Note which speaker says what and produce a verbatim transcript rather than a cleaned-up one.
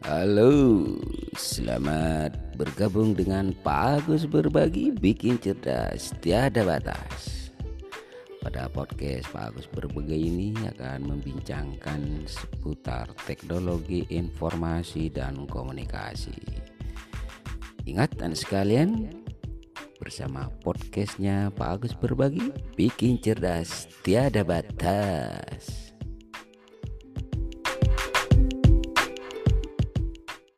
Speaker 1: Halo, selamat bergabung dengan Pak Agus Berbagi Bikin Cerdas Tiada Batas. Pada podcast Pak Agus Berbagi ini akan membincangkan seputar teknologi informasi dan komunikasi. Ingat Anda sekalian, bersama podcastnya Pak Agus Berbagi Bikin Cerdas Tiada Batas.